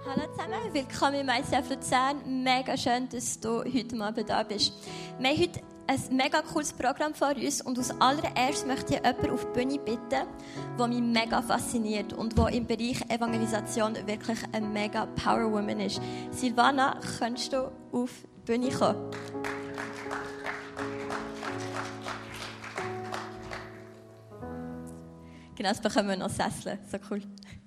Hallo zusammen, willkommen im ICF Luzern. Mega schön, dass du heute Abend da bist. Wir haben heute ein mega cooles Programm vor uns und als allererstes möchte ich jemanden auf die Bühne bitten, der mich mega fasziniert und der im Bereich Evangelisation wirklich eine mega Powerwoman ist. Silvana, könntest du auf die Bühne kommen? Genau, das bekommen wir noch Sessel. So cool.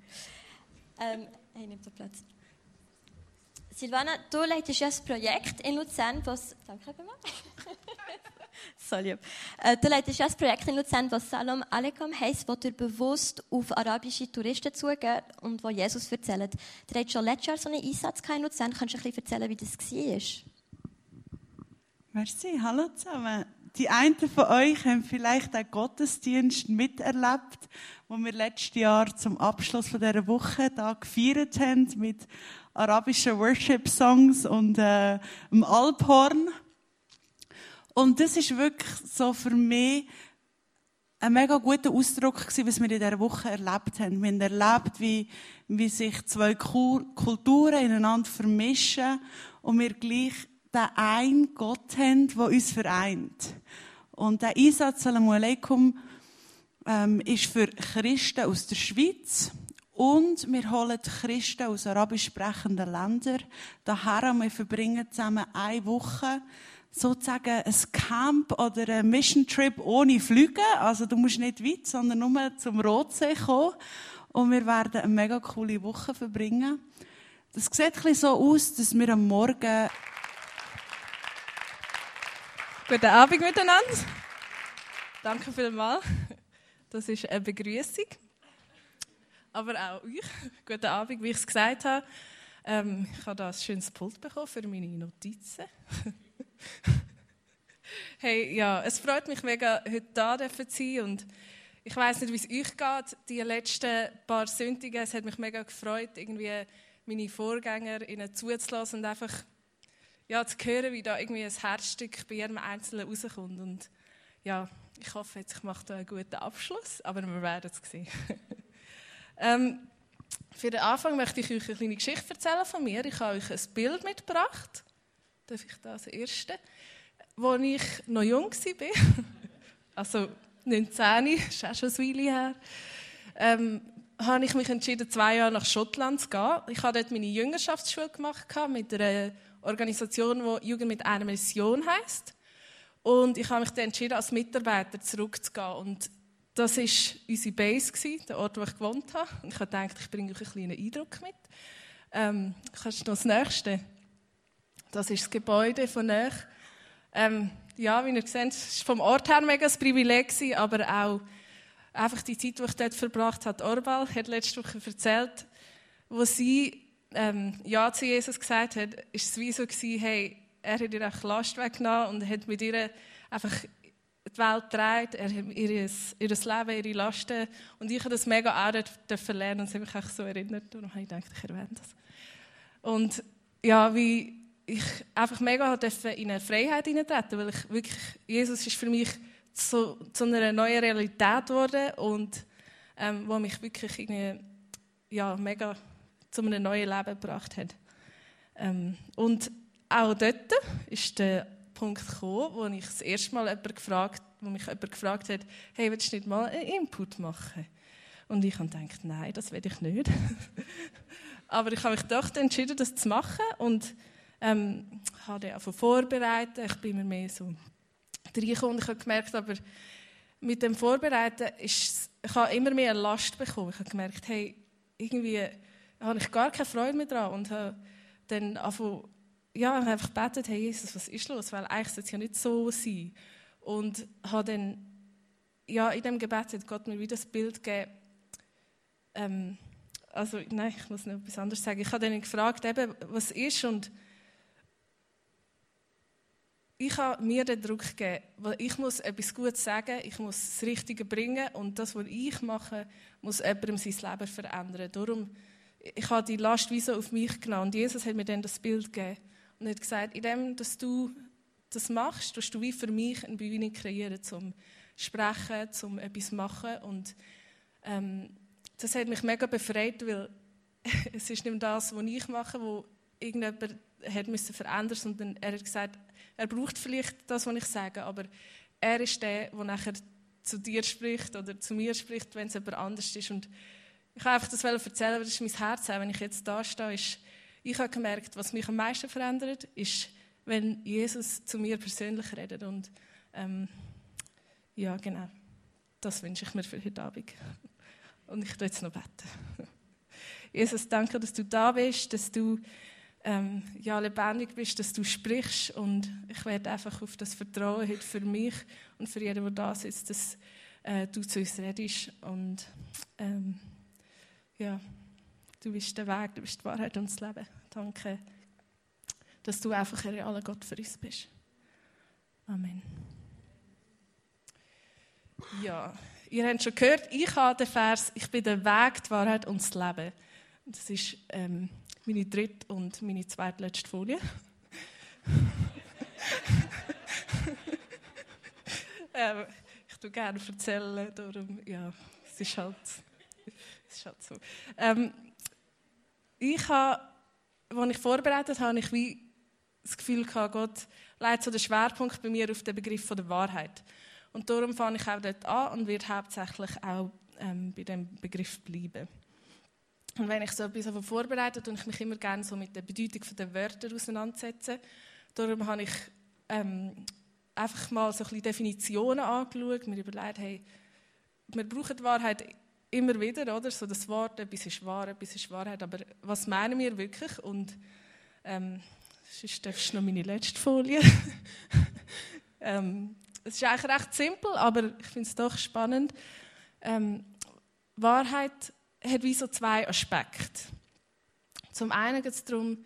Hey, nimm den Platz. Silvana, du leitest ja ein Projekt in Luzern, das... Danke vielmals. So lieb. Du leitest ja ein Projekt in Luzern, das Salam Aleikum heisst, wo dir bewusst auf arabische Touristen zugehen und wo Jesus erzählt. Du hattest schon letztes Jahr so einen Einsatz in Luzern. Kannst du ein bisschen erzählen, wie das war? Merci, hallo zusammen. Die einen von euch haben vielleicht einen Gottesdienst miterlebt, wo wir letztes Jahr zum Abschluss von dieser Woche da gefeiert haben mit arabischen Worship-Songs und dem Alphorn. Und das ist wirklich so für mich ein mega guter Ausdruck gewesen, was wir in dieser Woche erlebt haben. Wir haben erlebt, wie sich zwei Kulturen ineinander vermischen und wir gleich den einen Gott haben, der uns vereint. Und der Einsatz Salam Aleikum ist für Christen aus der Schweiz und wir holen Christen aus arabisch sprechenden Ländern daher und wir verbringen zusammen eine Woche sozusagen ein Camp oder ein Mission Trip ohne Flüge. Also du musst nicht weit, sondern nur zum Rotsee kommen und wir werden eine mega coole Woche verbringen. Das sieht ein bisschen so aus, dass wir am Morgen... Guten Abend miteinander. Danke vielmals. Das ist eine Begrüßung. Aber auch euch. Guten Abend, wie ich es gesagt habe. Ich habe da ein schönes Pult bekommen für meine Notizen. Hey, ja, es freut mich mega, heute da zu sein. Und ich weiss nicht, wie es euch geht. Die letzten paar Sonntage, es hat mich mega gefreut, irgendwie meine Vorgänger ihnen zuzulassen und einfach ja, zu hören, wie da irgendwie ein Herzstück bei jedem Einzelnen rauskommt. Und ja, ich hoffe jetzt, ich mache da einen guten Abschluss, aber wir werden es sehen. Für den Anfang möchte ich euch eine kleine Geschichte erzählen von mir. Ich habe euch ein Bild mitgebracht. Darf ich das erste? Als ich noch jung war, also 19, das ist auch schon ein Weile her, habe ich mich entschieden, 2 Jahre nach Schottland zu gehen. Ich habe dort meine Jüngerschaftsschule gemacht mit einer Organisation, die Jugend mit einer Mission heisst. Und ich habe mich dann entschieden, als Mitarbeiter zurückzugehen. Und das war unsere Base, der Ort, wo ich gewohnt habe. Und ich habe gedacht, ich bringe euch einen kleinen Eindruck mit. Kannst du noch das Nächste? Das ist das Gebäude von nahe. Ja, wie ihr seht, es war vom Ort her mega ein Privileg, aber auch einfach die Zeit, die ich dort verbracht habe. Orbal hat letzte Woche erzählt, wo sie Ja zu Jesus gesagt hat, war es wie so gewesen, hey, er hat ihr auch Last weggenommen und hat mit ihr einfach die Welt getragen, er hat ihr Leben, ihre Lasten und ich habe das mega auch dort lernen und es hat mich auch so erinnert, darum habe ich gedacht, ich erwähne das. Und ja, wie ich einfach mega in eine Freiheit hineintreten, weil ich wirklich, Jesus ist für mich zu einer neuen Realität geworden und wo mich wirklich irgendwie, ja, mega zu einem neuen Leben gebracht hat. Und auch dort ist der Punkt gekommen, wo mich das erste Mal jemand gefragt hat, hey, willst du nicht mal einen Input machen? Und ich habe gedacht, nein, das will ich nicht. Aber ich habe mich doch entschieden, das zu machen und habe dann auch vorbereitet. Ich bin mir mehr so reingekommen und ich habe gemerkt, aber mit dem Vorbereiten ich habe immer mehr eine Last bekommen. Ich habe gemerkt, hey, irgendwie habe ich gar keine Freude mehr dran und habe dann einfach gebetet, hey Jesus, was ist los? Weil eigentlich sollte es ja nicht so sein. Und habe dann, ja, in dem Gebet hat Gott mir wieder das Bild gegeben, ich muss noch etwas anderes sagen. Ich habe dann gefragt, eben, was ist und ich habe mir den Druck gegeben, weil ich muss etwas Gutes sagen, ich muss das Richtige bringen und das, was ich mache, muss jemandem sein Leben verändern. Darum, ich habe die Last wie so auf mich genommen und Jesus hat mir dann das Bild gegeben und hat gesagt, indem dass du das machst, tust du wie für mich eine Bühne kreieren, zum Sprechen, zum etwas machen und das hat mich mega befreit, weil es ist nicht mehr das, was ich mache, wo irgendjemand hat müssen verändern, sondern er hat gesagt, er braucht vielleicht das, was ich sage, aber er ist der, der nachher zu dir spricht oder zu mir spricht, wenn es jemand anders ist. Und ich wollte einfach das erzählen, weil das ist mein Herz, auch wenn ich jetzt da stehe. Ich habe gemerkt, was mich am meisten verändert, ist, wenn Jesus zu mir persönlich redet. Und ja, genau, das wünsche ich mir für heute Abend. Und ich bete jetzt noch beten. Jesus, danke, dass du da bist, dass du lebendig bist, dass du sprichst. Und ich werde einfach auf das Vertrauen heute für mich und für jeden, der da sitzt, dass du zu uns redest. Und du bist der Weg, du bist die Wahrheit und das Leben. Danke, dass du einfach ein realer Gott für uns bist. Amen. Ja, ihr habt schon gehört, ich habe den Vers, ich bin der Weg, die Wahrheit und das Leben. Das ist meine dritte und meine zweitletzte Folie. Ich tue gerne erzählen, darum, ja, es ist halt so. Als ich vorbereitet habe, ich wie das Gefühl gehabt, Gott legt so den Schwerpunkt bei mir auf den Begriff von der Wahrheit. Und darum fange ich auch dort an und werde hauptsächlich auch bei diesem Begriff bleiben. Und wenn ich so etwas vorbereite, tue ich mich immer gerne so mit der Bedeutung der Wörter auseinandersetzen. Darum habe ich einfach mal so ein bisschen Definitionen angeschaut, mir überlegt, hey, wir brauchen die Wahrheit immer wieder, oder? So das Wort, etwas ist wahr, etwas ist Wahrheit, aber was meinen wir wirklich? Und sonst darfst du noch meine letzte Folie. Es ist eigentlich recht simpel, aber ich finde es doch spannend. Wahrheit hat wie so zwei Aspekte. Zum einen geht es darum,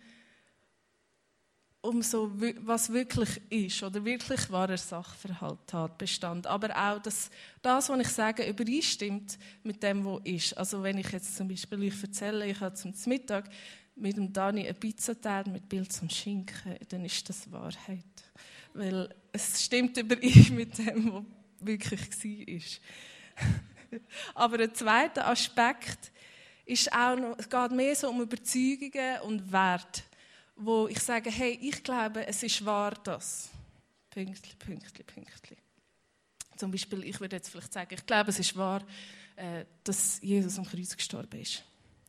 um so, was wirklich ist oder wirklich wahrer Sachverhalt, Tatbestand. Aber auch, dass das, was ich sage, übereinstimmt mit dem, was ist. Also wenn ich jetzt zum Beispiel euch erzähle, ich habe zum Mittag mit dem Dani eine Pizza geteilt mit Pilz und Schinken, dann ist das Wahrheit. Weil es stimmt überein mit dem, was wirklich war. Aber der zweite Aspekt ist auch noch, es geht mehr so um Überzeugungen und Werte, wo ich sage, hey, ich glaube, es ist wahr, das. Pünktli. Zum Beispiel, ich würde jetzt vielleicht sagen, ich glaube, es ist wahr, dass Jesus am Kreuz gestorben ist.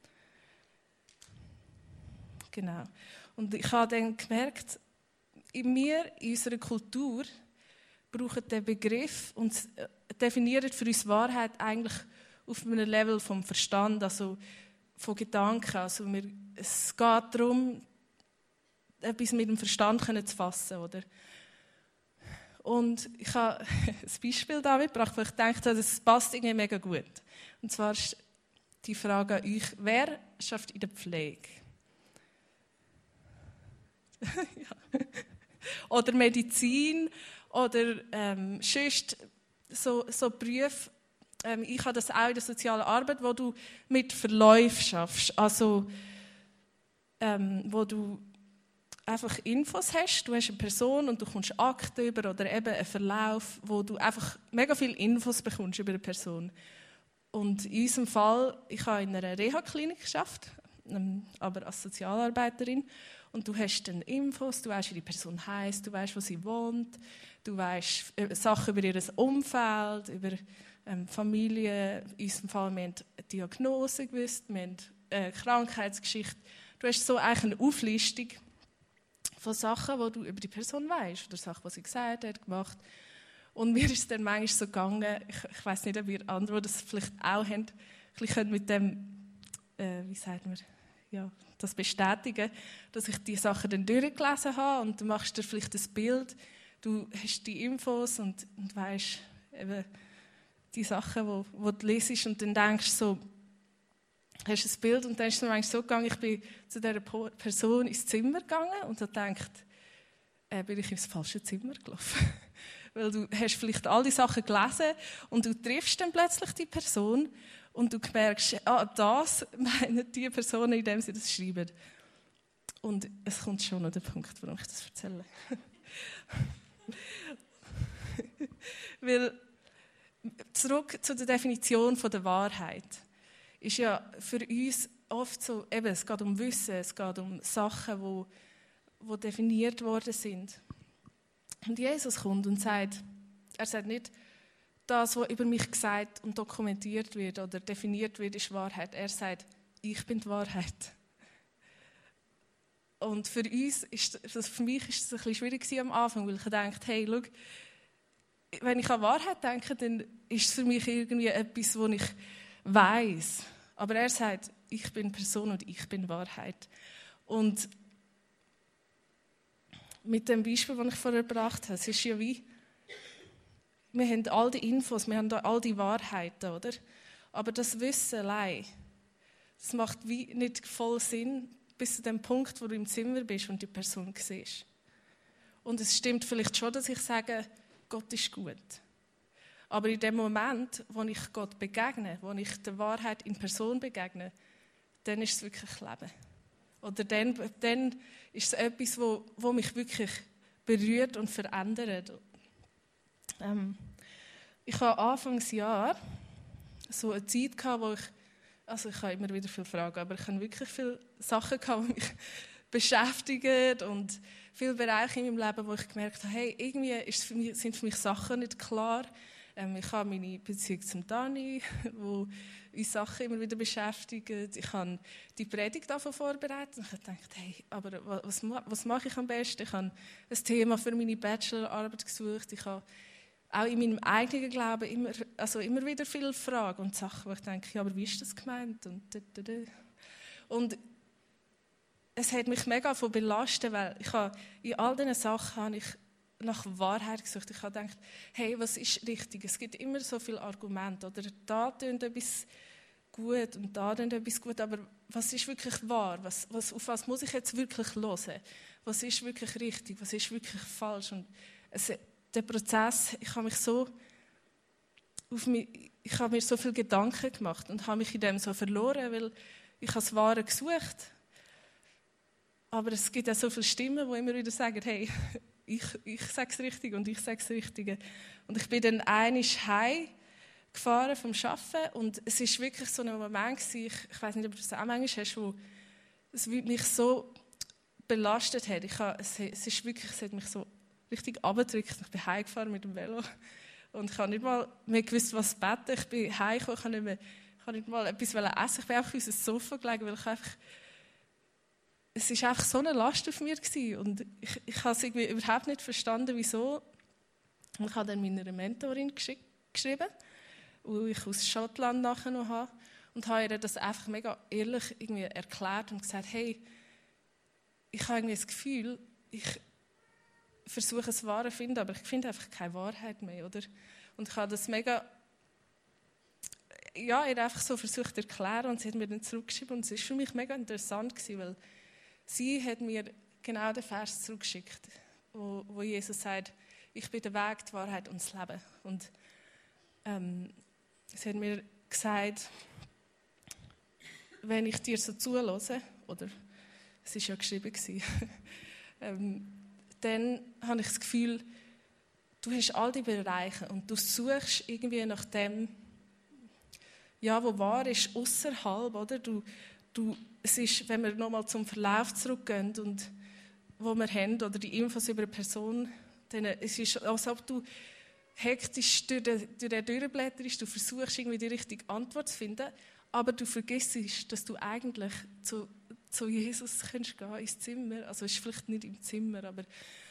Genau. Und ich habe dann gemerkt, in unserer Kultur, brauchen den Begriff und definieren für uns Wahrheit eigentlich auf einem Level vom Verstand, also von Gedanken. Also es geht darum, etwas mit dem Verstand zu fassen, oder? Und ich habe ein Beispiel da mitgebracht, weil ich dachte, das passt irgendwie mega gut. Und zwar ist die Frage an euch, wer schafft in der Pflege? Ja. Oder Medizin oder sonst so Berufe. Ich habe das auch in der sozialen Arbeit, wo du mit Verläufen schaffst. Also wo du einfach Infos hast. Du hast eine Person und du kommst Akten über oder eben einen Verlauf, wo du einfach mega viele Infos bekommst über eine Person. Und in unserem Fall, ich habe in einer Reha-Klinik gearbeitet, aber als Sozialarbeiterin. Und du hast dann Infos, du weißt, wie die Person heisst, du weißt, wo sie wohnt, du weißt Sachen über ihr Umfeld, über Familie. In unserem Fall, wir haben eine Diagnose gewusst, wir haben eine Krankheitsgeschichte. Du hast so eigentlich eine Auflistung von Sachen, die du über die Person weißt, oder Sachen, die sie gesagt hat, gemacht. Und mir ist es dann manchmal so gegangen, ich weiss nicht, ob ihr andere das vielleicht auch habt, ein bisschen mit dem, wie sagt man, ja, das bestätigen, dass ich die Sachen dann durchgelesen habe und dann machst du dir vielleicht ein Bild, du hast die Infos und weisst eben die Sachen, die du lesest und dann denkst du so, hast ein Bild und dann ist es mir so gegangen, ich bin zu dieser Person ins Zimmer gegangen und habe gedacht, bin ich ins falsche Zimmer gelaufen. Weil du hast vielleicht all die Sachen gelesen und du triffst dann plötzlich die Person und du merkst, das meinen die Personen, in dem sie das schreiben. Und es kommt schon noch der Punkt, warum ich das erzähle. Weil, zurück zu der Definition von der Wahrheit, ist ja für uns oft so, eben, es geht um Wissen, es geht um Sachen, die definiert worden sind. Und Jesus kommt und sagt, er sagt nicht, das, was über mich gesagt und dokumentiert wird oder definiert wird, ist Wahrheit. Er sagt, ich bin die Wahrheit. Und für mich ist es ein bisschen schwierig am Anfang, weil ich dachte, hey, schau, wenn ich an Wahrheit denke, dann ist es für mich irgendwie etwas, was ich weiss. Aber er sagt, ich bin Person und ich bin Wahrheit. Und mit dem Beispiel, das ich vorher gebracht habe, es ist ja wie, wir haben all die Infos, wir haben all die Wahrheiten, oder? Aber das Wissen allein, das macht wie nicht voll Sinn, bis zu dem Punkt, wo du im Zimmer bist und die Person siehst. Und es stimmt vielleicht schon, dass ich sage, Gott ist gut. Aber in dem Moment, wo ich Gott begegne, wo ich der Wahrheit in Person begegne, dann ist es wirklich Leben. Oder dann ist es etwas, wo mich wirklich berührt und verändert. Ich hatte Anfangsjahr so eine Zeit, wo ich habe immer wieder viele Fragen, aber ich hatte wirklich viele Sachen, die mich beschäftigen und viele Bereiche in meinem Leben, wo ich gemerkt habe, hey, irgendwie sind für mich Sachen nicht klar. Ich habe meine Beziehung zum Dani, wo uns Sachen immer wieder beschäftigen. Ich habe die Predigt davon vorbereitet und ich habe gedacht, hey, aber was mache ich am besten? Ich habe ein Thema für meine Bachelorarbeit gesucht. Ich habe auch in meinem eigenen Glauben immer wieder viele Fragen und Sachen, wo ich denke, ja, aber wie ist das gemeint? Und es hat mich mega belastet, weil in all diesen Sachen habe ich nach Wahrheit gesucht. Ich habe gedacht, hey, was ist richtig? Es gibt immer so viele Argumente. Oder da tönt etwas gut und da tönt etwas gut, aber was ist wirklich wahr? Auf was muss ich jetzt wirklich hören? Was ist wirklich richtig? Was ist wirklich falsch? Und der Prozess, ich habe mir so viele Gedanken gemacht und habe mich in dem so verloren, weil ich das Wahre gesucht. Aber es gibt auch so viele Stimmen, die immer wieder sagen, hey, ich sage es richtig und ich sage es Richtige. Und ich bin dann einmal heimgefahren vom Arbeiten und es war wirklich so ein Moment gewesen, ich weiss nicht, ob du das auch manchmal hast, wo es mich so belastet hat. Es hat mich so richtig runtergedrückt. Ich bin heimgefahren mit dem Velo und ich habe nicht mal mehr gewusst, was beten. Ich bin heimgekommen, ich habe nicht mal etwas essen. Ich bin einfach auf unser Sofa gelegen, weil es war einfach so eine Last auf mir gewesen. Und ich habe es irgendwie überhaupt nicht verstanden, wieso. Und ich habe dann meiner Mentorin geschrieben, die ich aus Schottland nachher noch habe, und habe ihr das einfach mega ehrlich irgendwie erklärt und gesagt, hey, ich habe irgendwie das Gefühl, ich versuche das Wahre zu finden, aber ich finde einfach keine Wahrheit mehr, oder? Und ich habe das mega, ja, ihr einfach so versucht zu erklären und sie hat mir dann zurückgeschrieben und es war für mich mega interessant gewesen, weil sie hat mir genau den Vers zurückgeschickt, wo Jesus sagt, ich bin der Weg, die Wahrheit und das Leben. Und sie hat mir gesagt, wenn ich dir so zuhöre, oder es war ja geschrieben, dann habe ich das Gefühl, du hast all die Bereiche und du suchst irgendwie nach dem, ja, wo wahr ist, ausserhalb, oder? Es ist, wenn wir nochmal zum Verlauf zurückgehen und wo wir haben, oder die Infos über eine Person, dann es ist, als ob du hektisch durch den durchblätterst, du versuchst irgendwie die richtige Antwort zu finden, aber du vergisst, dass du eigentlich zu Jesus kannst gehen, ins Zimmer. Also es ist vielleicht nicht im Zimmer, aber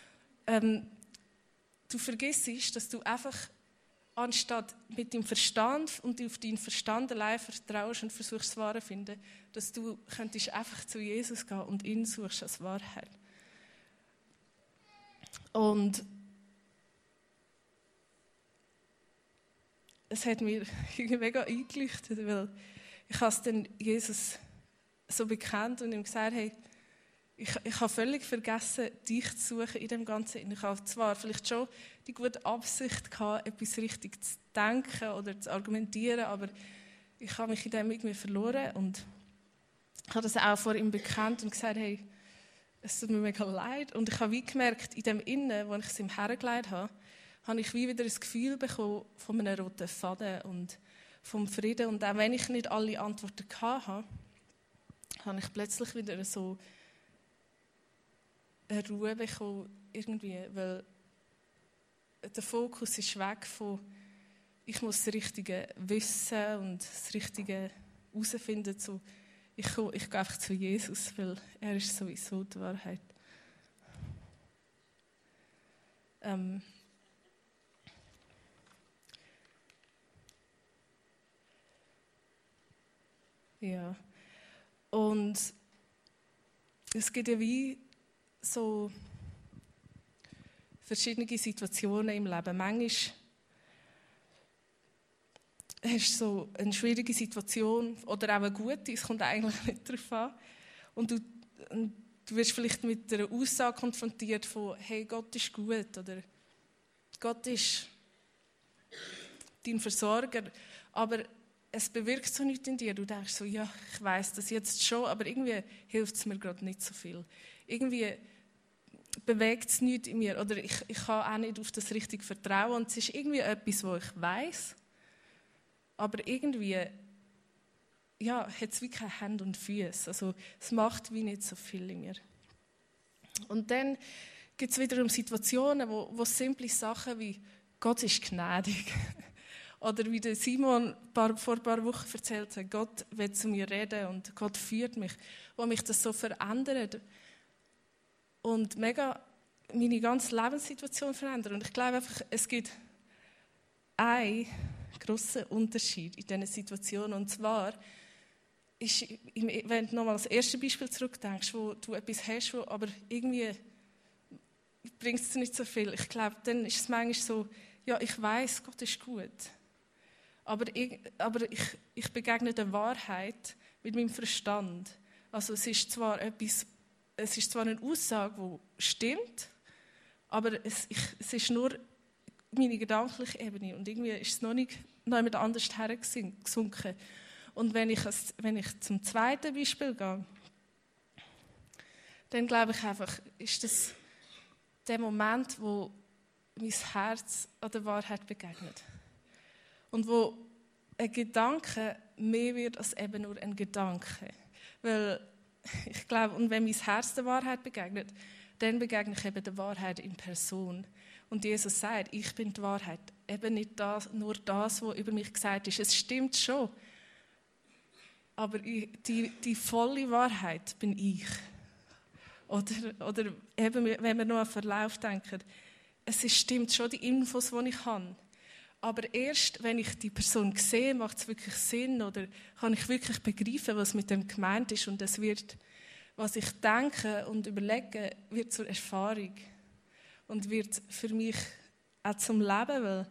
du vergisst, dass du einfach anstatt mit dem Verstand und auf deinen Verstand allein vertraust und versuchst, das Wahre zu finden, dass du könntest einfach zu Jesus gehen und ihn suchst als Wahrheit. Und es hat mir mega eingeleuchtet, weil ich habe es dann Jesus so bekannt und ihm gesagt, hey, ich habe völlig vergessen, dich zu suchen in dem Ganzen. Ich habe zwar vielleicht schon die gute Absicht gehabt, etwas richtig zu denken oder zu argumentieren, aber ich habe mich in dem irgendwie verloren und ich habe das auch vor ihm bekannt und gesagt, hey, es tut mir mega leid. Und ich habe wie gemerkt, in dem Innen, wo ich es ihm hergelegt habe, habe ich wie wieder ein Gefühl bekommen von einem roten Faden und vom Frieden. Und auch wenn ich nicht alle Antworten hatte, habe ich plötzlich wieder so eine Ruhe bekommen, irgendwie, weil der Fokus ist weg von, ich muss das Richtige wissen und das Richtige herausfinden. So, ich gehe einfach zu Jesus, weil er ist sowieso die Wahrheit. Ja. Und es gibt ja wie so verschiedene Situationen im Leben. Manchmal hast du so eine schwierige Situation oder auch eine gute, es kommt eigentlich nicht darauf an. Und du wirst vielleicht mit einer Aussage konfrontiert von «Hey, Gott ist gut» oder «Gott ist dein Versorger», aber es bewirkt so nichts in dir. Du denkst so «Ja, ich weiss das jetzt schon, aber irgendwie hilft es mir gerade nicht so viel. Irgendwie bewegt es nichts in mir oder ich kann auch nicht auf das richtig vertrauen und es ist irgendwie etwas, was ich weiss, aber irgendwie ja, hat es wie keine Hände und Füße. Also es macht wie nicht so viel in mir. Und dann gibt es wiederum Situationen, wo simple Sachen wie «Gott ist gnädig» oder wie der Simon vor ein paar Wochen erzählt hat, «Gott will zu mir reden und Gott führt mich», wo mich das so verändert und mega meine ganze Lebenssituation verändert. Und ich glaube einfach, es gibt einen grossen Unterschied in diesen Situationen. Und zwar ist, wenn du nochmal das erste Beispiel zurückdenkst, wo du etwas hast, wo aber irgendwie bringt es dir nicht so viel. Ich glaube, dann ist es manchmal so, ja, ich weiss, Gott ist gut. Aber ich begegne der Wahrheit mit meinem Verstand. Also es ist zwar eine Aussage, die stimmt, aber es ist nur meine gedankliche Ebene und irgendwie ist es noch nicht jemand anders hergesunken. Und wenn ich zum zweiten Beispiel gehe, dann glaube ich einfach, ist das der Moment, wo mein Herz an der Wahrheit begegnet. Und wo ein Gedanke mehr wird als eben nur ein Gedanke. Weil ich glaube, und wenn mein Herz der Wahrheit begegnet, dann begegne ich eben der Wahrheit in Person. Und Jesus sagt, ich bin die Wahrheit. Eben nicht nur das, was über mich gesagt ist. Es stimmt schon. Aber die volle Wahrheit bin ich. Oder eben, wenn wir noch an Verlauf denken, stimmt schon die Infos, die ich habe. Aber erst, wenn ich die Person sehe, macht es wirklich Sinn oder kann ich wirklich begreifen, was mit dem gemeint ist. Und es wird, was ich denke und überlege, wird zur Erfahrung. Und wird für mich auch zum Leben, weil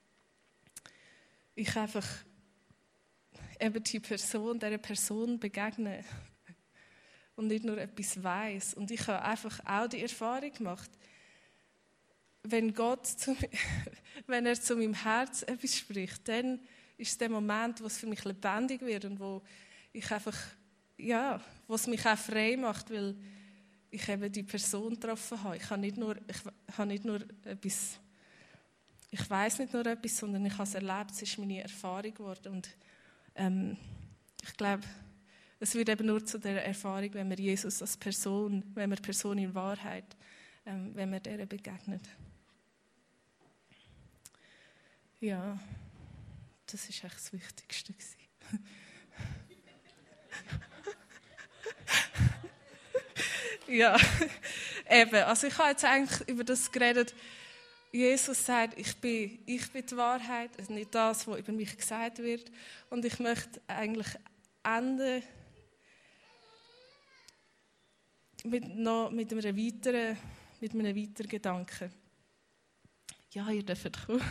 ich einfach eben dieser Person begegne und nicht nur etwas weiss. Und ich habe einfach auch die Erfahrung gemacht, wenn er zu meinem Herz etwas spricht, dann ist es der Moment, wo es für mich lebendig wird und wo ich einfach, ja, was mich auch frei macht, weil ich eben die Person getroffen habe. Ich weiss nicht nur etwas, sondern ich habe es erlebt, es ist meine Erfahrung geworden. Und ich glaube, es wird eben nur zu dieser Erfahrung, wenn wir Jesus als Person, wenn wir Person in Wahrheit, wenn wir der begegnet. Ja, das war echt das Wichtigste. Ja, eben. Also ich habe jetzt eigentlich über das geredet. Jesus sagt, ich bin die Wahrheit, also nicht das, was über mich gesagt wird. Und ich möchte eigentlich enden mit einem weiteren Gedanken. Ja, ihr dürft kommen.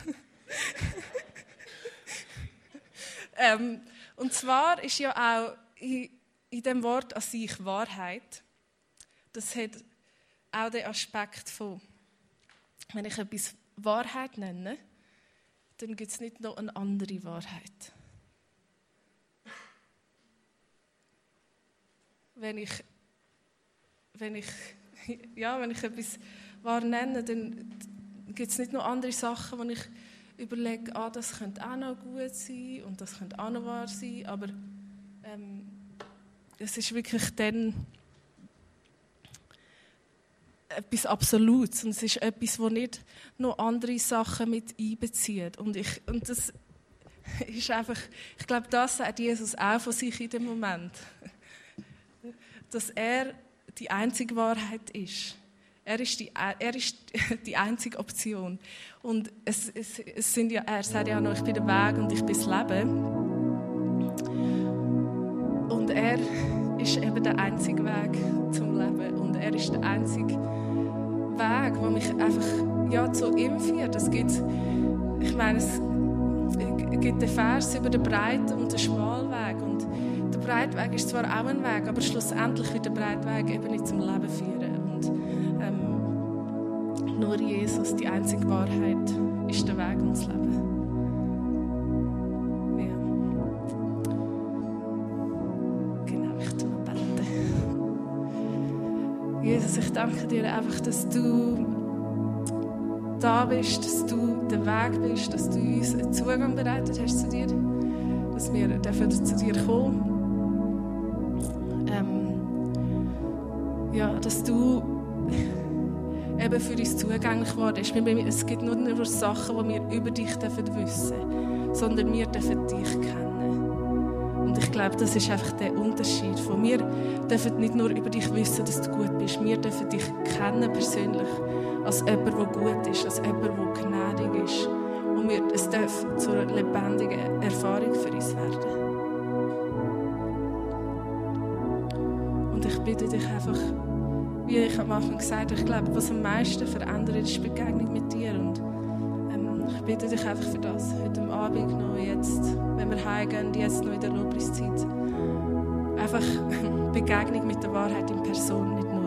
Und zwar ist ja auch in dem Wort an sich Wahrheit, das hat auch den Aspekt von, wenn ich etwas Wahrheit nenne, dann gibt es nicht noch eine andere Wahrheit. Wenn ich etwas wahr nenne, dann gibt es nicht noch andere Sachen, wo ich überlege, das könnte auch noch gut sein und das könnte auch noch wahr sein, aber es ist wirklich dann etwas Absolutes und es ist etwas, das nicht noch andere Sachen mit einbezieht. Und das ist einfach, ich glaube, das sagt Jesus auch von sich in dem Moment. Dass er die einzige Wahrheit ist. Er ist die einzige Option. Und er sagt ja noch, ich bin der Weg und ich bin das Leben. Und er ist eben der einzige Weg zum Leben. Und er ist der einzige Weg, der mich einfach zu ihm führt. Es gibt den Vers über den breiten und den schmalen Weg. Und der breite Weg ist zwar auch ein Weg, aber schlussendlich wird der breite Weg eben nicht zum Leben führen. Und nur Jesus, die einzige Wahrheit, ist der Weg ins Leben. Ja. Genau, ich tue noch beten. Jesus, ich danke dir einfach, dass du da bist, dass du der Weg bist, dass du uns einen Zugang bereitet hast zu dir, dass wir dürfen zu dir kommen. Dass du eben für uns zugänglich geworden bist. Es gibt nur Sachen, die wir über dich wissen dürfen, sondern wir dürfen dich kennen. Und ich glaube, das ist einfach der Unterschied. Wir dürfen nicht nur über dich wissen, dass du gut bist, wir dürfen dich kennen persönlich als jemand, der gut ist, als jemand, der gnädig ist. Und es darf zu einer lebendigen Erfahrung für uns werden. Und ich bitte dich einfach, wie ich am Anfang gesagt habe, ich glaube, was am meisten verändert, ist die Begegnung mit dir. Und ich bitte dich einfach für das, heute Abend noch, jetzt, wenn wir heimgehen, jetzt noch in der Lobpreiszeit. Einfach Begegnung mit der Wahrheit in Person, nicht nur